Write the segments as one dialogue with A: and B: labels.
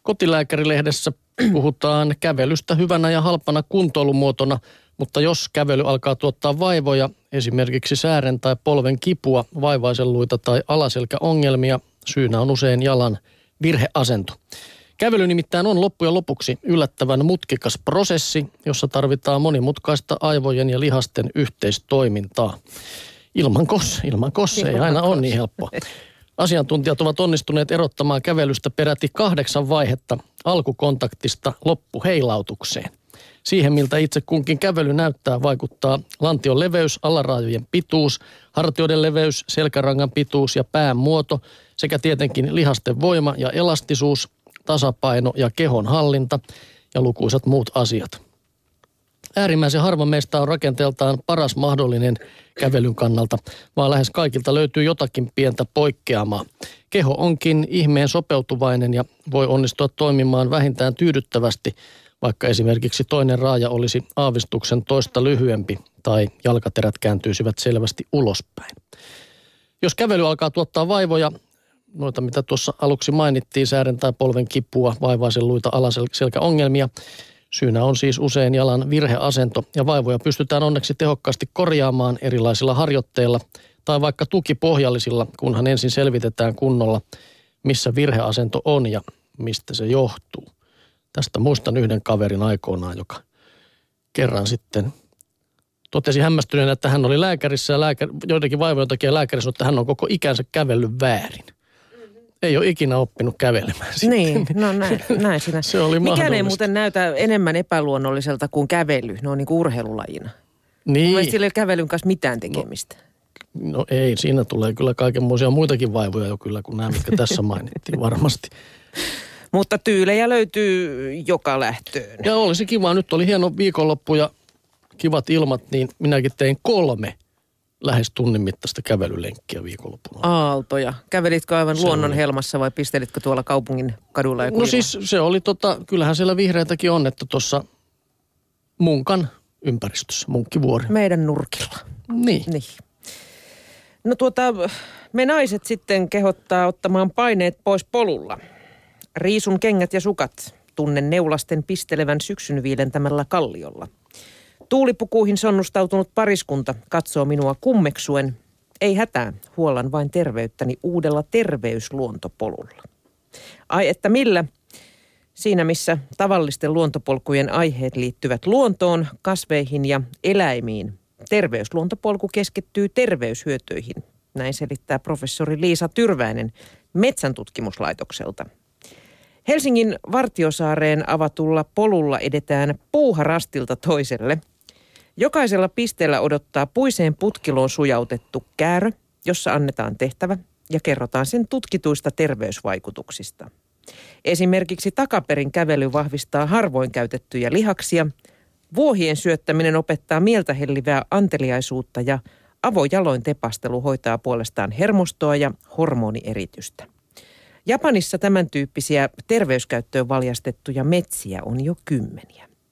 A: Kotilääkärilehdessä puhutaan kävelystä hyvänä ja halpana kuntoilumuotona, mutta jos kävely alkaa tuottaa vaivoja, esimerkiksi säären tai polven kipua, vaivaisenluita tai alaselkäongelmia, syynä on usein jalan virheasento. Kävely nimittäin on loppujen lopuksi yllättävän mutkikas prosessi, jossa tarvitaan monimutkaista aivojen ja lihasten yhteistoimintaa. Ilman kosse ei aina ole niin helppoa. Asiantuntijat ovat onnistuneet erottamaan kävelystä peräti 8 vaihetta alkukontaktista loppuheilautukseen. Siihen, miltä itse kunkin kävely näyttää, vaikuttaa lantion leveys, alaraajojen pituus, hartioiden leveys, selkärangan pituus ja pään muoto sekä tietenkin lihasten voima ja elastisuus, tasapaino ja kehon hallinta ja lukuisat muut asiat. Äärimmäisen harva meistä on rakenteeltaan paras mahdollinen kävelyn kannalta, vaan lähes kaikilta löytyy jotakin pientä poikkeamaa. Keho onkin ihmeen sopeutuvainen ja voi onnistua toimimaan vähintään tyydyttävästi, vaikka esimerkiksi toinen raaja olisi aavistuksen toista lyhyempi tai jalkaterät kääntyisivät selvästi ulospäin. Jos kävely alkaa tuottaa vaivoja, noita mitä tuossa aluksi mainittiin, säären tai polven kipua, vaivaisenluita, alaselkäongelmia, syynä on siis usein jalan virheasento ja vaivoja pystytään onneksi tehokkaasti korjaamaan erilaisilla harjoitteilla tai vaikka tukipohjallisilla, kunhan ensin selvitetään kunnolla, missä virheasento on ja mistä se johtuu. Tästä muistan yhden kaverin aikoinaan, joka kerran sitten totesi hämmästyneenä, että hän oli lääkärissä ja joidenkin vaivojen takia lääkäri sanoi, että hän on koko ikänsä kävellyt väärin. Ei ole ikinä oppinut kävelemään sitten.
B: Niin, no näin siinä.
A: Se oli mahdollista.
B: Mikään ei muuten näytä enemmän epäluonnolliselta kuin kävely. Ne on niin kuin urheilulajina.
A: Niin.
B: Mun mielestä sillä ei ole kävelyn kanssa mitään tekemistä.
A: No ei, siinä tulee kyllä kaikenmoisia muitakin vaivoja jo kyllä kuin nämä, mitkä tässä mainittiin varmasti.
B: Mutta tyylejä löytyy joka lähtöön.
A: Ja olisi kiva. Nyt oli hieno viikonloppu ja kivat ilmat, niin minäkin tein 3 lähes tunnin mittaista kävelylenkkiä viikonloppuna.
B: Aaltoja. Kävelitkö aivan luonnon helmassa vai pistelitkö tuolla kaupungin kadulla ja kuilla?
A: No siis se oli kyllähän siellä vihreitäkin on, että tuossa Munkan ympäristössä, Munkkivuori.
B: Meidän nurkilla.
A: Niin.
B: No me naiset sitten kehottaa ottamaan paineet pois polulla. Riisun kengät ja sukat, tunnen neulasten pistelevän syksyn viilentämällä kalliolla. Tuulipukuihin sonnustautunut pariskunta katsoo minua kummeksuen. Ei hätää, huollan vain terveyttäni uudella terveysluontopolulla. Ai että millä? Siinä missä tavallisten luontopolkujen aiheet liittyvät luontoon, kasveihin ja eläimiin. Terveysluontopolku keskittyy terveyshyötyihin. Näin selittää professori Liisa Tyrväinen Metsäntutkimuslaitokselta. Helsingin Vartiosaareen avatulla polulla edetään puuharastilta toiselle. Jokaisella pisteellä odottaa puiseen putkiloon sujautettu käärö, jossa annetaan tehtävä ja kerrotaan sen tutkituista terveysvaikutuksista. Esimerkiksi takaperin kävely vahvistaa harvoin käytettyjä lihaksia, vuohien syöttäminen opettaa mieltä hellivää anteliaisuutta ja avojaloin tepastelu hoitaa puolestaan hermostoa ja hormonieritystä. Japanissa tämän tyyppisiä terveyskäyttöön valjastettuja metsiä on jo 10.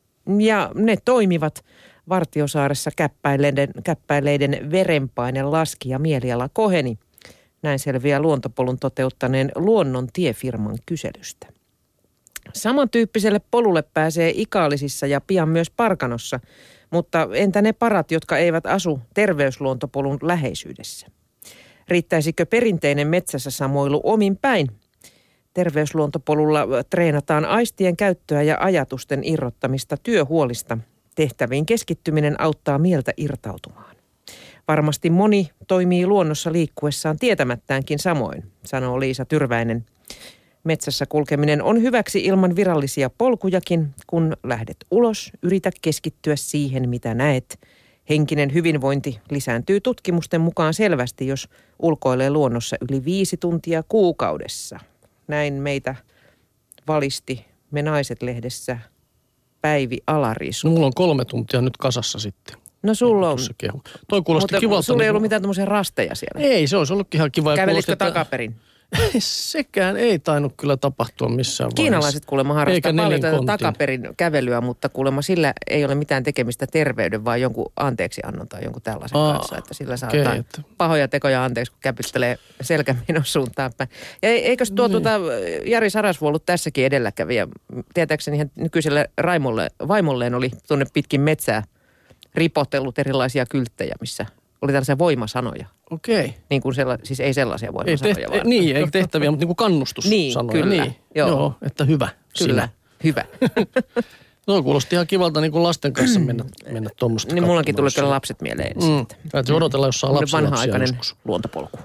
B: Ja ne toimivat Vartiosaaressa käppäileiden verenpaine laski ja mieliala koheni. Näin selviää luontopolun toteuttaneen Luonnontie-firman kyselystä. Samantyyppiselle polulle pääsee Ikaalisissa ja pian myös Parkanossa, mutta entä ne parat, jotka eivät asu terveysluontopolun läheisyydessä? Riittäisikö perinteinen metsässä samoilu omin päin? Terveysluontopolulla treenataan aistien käyttöä ja ajatusten irrottamista työhuolista. Tehtäviin keskittyminen auttaa mieltä irtautumaan. Varmasti moni toimii luonnossa liikkuessaan tietämättäänkin samoin, sanoo Liisa Tyrväinen. Metsässä kulkeminen on hyväksi ilman virallisia polkujakin. Kun lähdet ulos, yritä keskittyä siihen, mitä näet. Henkinen hyvinvointi lisääntyy tutkimusten mukaan selvästi, jos ulkoilee luonnossa yli 5 tuntia kuukaudessa. Näin meitä valisti Me Naiset-lehdessä Päivi Alarisu.
A: No, mulla on 3 tuntia nyt kasassa sitten.
B: No sulla on.
A: Toi kuulosti kivalta.
B: Sulla ei ollut mitään tämmöisiä rasteja siellä.
A: Ei, se olisi ollut ihan kiva.
B: Kävelitkö takaperin?
A: Sekään ei tainnut kyllä tapahtua missään vaiheessa.
B: Kiinalaiset kuulemma harrastaa paljon tätä
A: nelinkontin
B: takaperin kävelyä, mutta kuulemma sillä ei ole mitään tekemistä terveyden, vaan jonkun anteeksiannon tai jonkun tällaisen kanssa. Että sillä saa jotain pahoja tekoja anteeksi, kun käpyttelee selkämenon suuntaan päin. Ja eikös Jari Sarasvuo ollut tässäkin edelläkävijä? Tietääkseni hän nykyiselle vaimolleen oli tuonne pitkin metsää ripotellut erilaisia kylttejä, missä oli tällaisia voimasanoja.
A: Okei.
B: Niin kuin siis ei sellaisia voimasanoja.
A: Ei tehtäviä, mutta niin kuin kannustussanoja.
B: Niin, kyllä.
A: Niin. Joo, että hyvä.
B: Kyllä,
A: sinä.
B: hyvä.
A: No kuulosti ihan kivalta niin kuin lasten kanssa mennä tuommoista.
B: Niin mullakin tulee kyllä lapset mieleen.
A: Täytyy odotella, jos saa lapsia
B: vanha-aikainen
A: joskus.
B: luontopolku.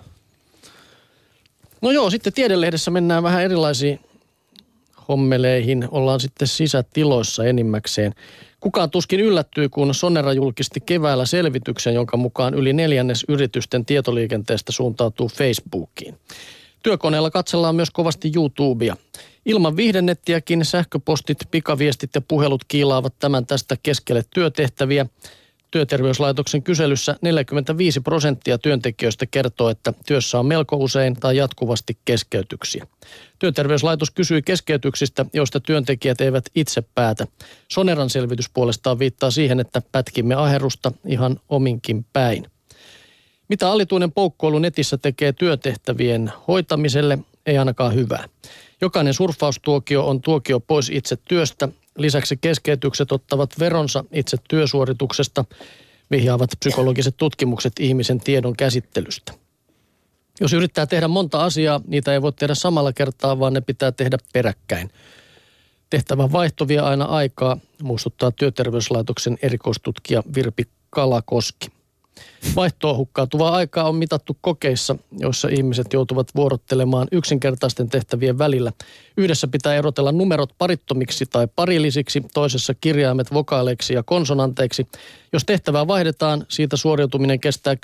A: No joo, sitten Tiedelehdessä mennään vähän erilaisiin hommeleihin. Ollaan sitten sisätiloissa enimmäkseen. Kukaan tuskin yllättyi, kun Sonera julkisti keväällä selvityksen, jonka mukaan yli 1/4 yritysten tietoliikenteestä suuntautuu Facebookiin. Työkoneella katsellaan myös kovasti YouTubea. Ilman viihdennettiäkin sähköpostit, pikaviestit ja puhelut kiilaavat tämän tästä keskelle työtehtäviä. Työterveyslaitoksen kyselyssä 45% työntekijöistä kertoo, että työssä on melko usein tai jatkuvasti keskeytyksiä. Työterveyslaitos kysyi keskeytyksistä, joista työntekijät eivät itse päätä. Soneran selvitys puolestaan viittaa siihen, että pätkimme aherrusta ihan ominkin päin. Mitä alituinen poukkoilu netissä tekee työtehtävien hoitamiselle, ei ainakaan hyvää. Jokainen surffaustuokio on tuokio pois itse työstä. Lisäksi keskeytykset ottavat veronsa itse työsuorituksesta, vihjaavat psykologiset tutkimukset ihmisen tiedon käsittelystä. Jos yrittää tehdä monta asiaa, niitä ei voi tehdä samalla kertaa, vaan ne pitää tehdä peräkkäin. Tehtävän vaihto vie aina aikaa, muistuttaa Työterveyslaitoksen erikoistutkija Virpi Kalakoski. Vaihtoon hukkautuvaa aikaa on mitattu kokeissa, joissa ihmiset joutuvat vuorottelemaan yksinkertaisten tehtävien välillä. Yhdessä pitää erotella numerot parittomiksi tai parillisiksi, toisessa kirjaimet vokaaleiksi ja konsonanteiksi. Jos tehtävää vaihdetaan, siitä suoriutuminen kestää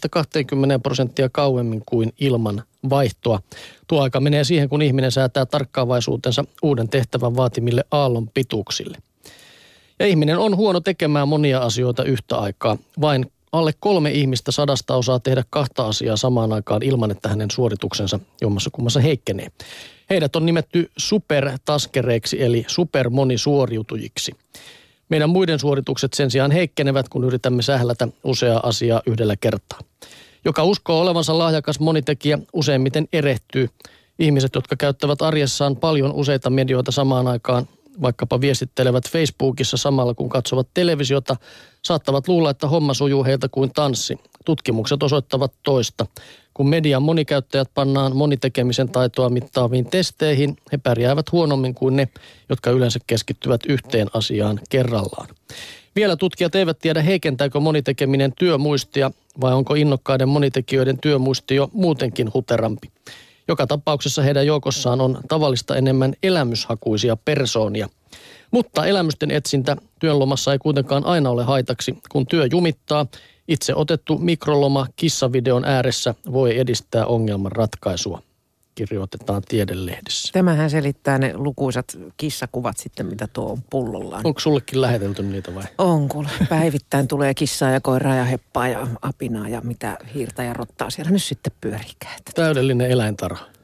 A: 10-20% kauemmin kuin ilman vaihtoa. Tuo aika menee siihen, kun ihminen säätää tarkkaavaisuutensa uuden tehtävän vaatimille aallon pituuksille. Ja ihminen on huono tekemään monia asioita yhtä aikaa. Vain alle 3 ihmistä 100 osaa tehdä 2 asiaa samaan aikaan ilman, että hänen suorituksensa jommassa kummassa heikkenee. Heidät on nimetty supertaskereiksi eli supermonisuoriutujiksi. Meidän muiden suoritukset sen sijaan heikkenevät, kun yritämme sählätä useaa asiaa yhdellä kertaa. Joka uskoo olevansa lahjakas monitekijä, useimmiten erehtyy. Ihmiset, jotka käyttävät arjessaan paljon useita medioita samaan aikaan, vaikkapa viestittelevät Facebookissa samalla kun katsovat televisiota, saattavat luulla, että homma sujuu heiltä kuin tanssi. Tutkimukset osoittavat toista. Kun median monikäyttäjät pannaan monitekemisen taitoa mittaaviin testeihin, he pärjäävät huonommin kuin ne, jotka yleensä keskittyvät yhteen asiaan kerrallaan. Vielä tutkijat eivät tiedä, heikentääkö monitekeminen työmuistia vai onko innokkaiden monitekijöiden työmuisti jo muutenkin huterampi. Joka tapauksessa heidän joukossaan on tavallista enemmän elämyshakuisia persoonia. Mutta elämysten etsintä työnlomassa ei kuitenkaan aina ole haitaksi. Kun työ jumittaa, itse otettu mikroloma kissavideon ääressä voi edistää ongelman ratkaisua. Kirjoitetaan Tiedelehdessä.
B: Tämähän selittää ne lukuisat kissakuvat sitten, mitä tuo on pullollaan.
A: Onko sullekin lähetelty niitä vai?
B: On kuule. Päivittäin tulee kissaa ja koiraa ja heppaa ja apinaa ja mitä hiirtä ja rottaa siellä nyt sitten pyörikää.
A: Täydellinen eläintarha.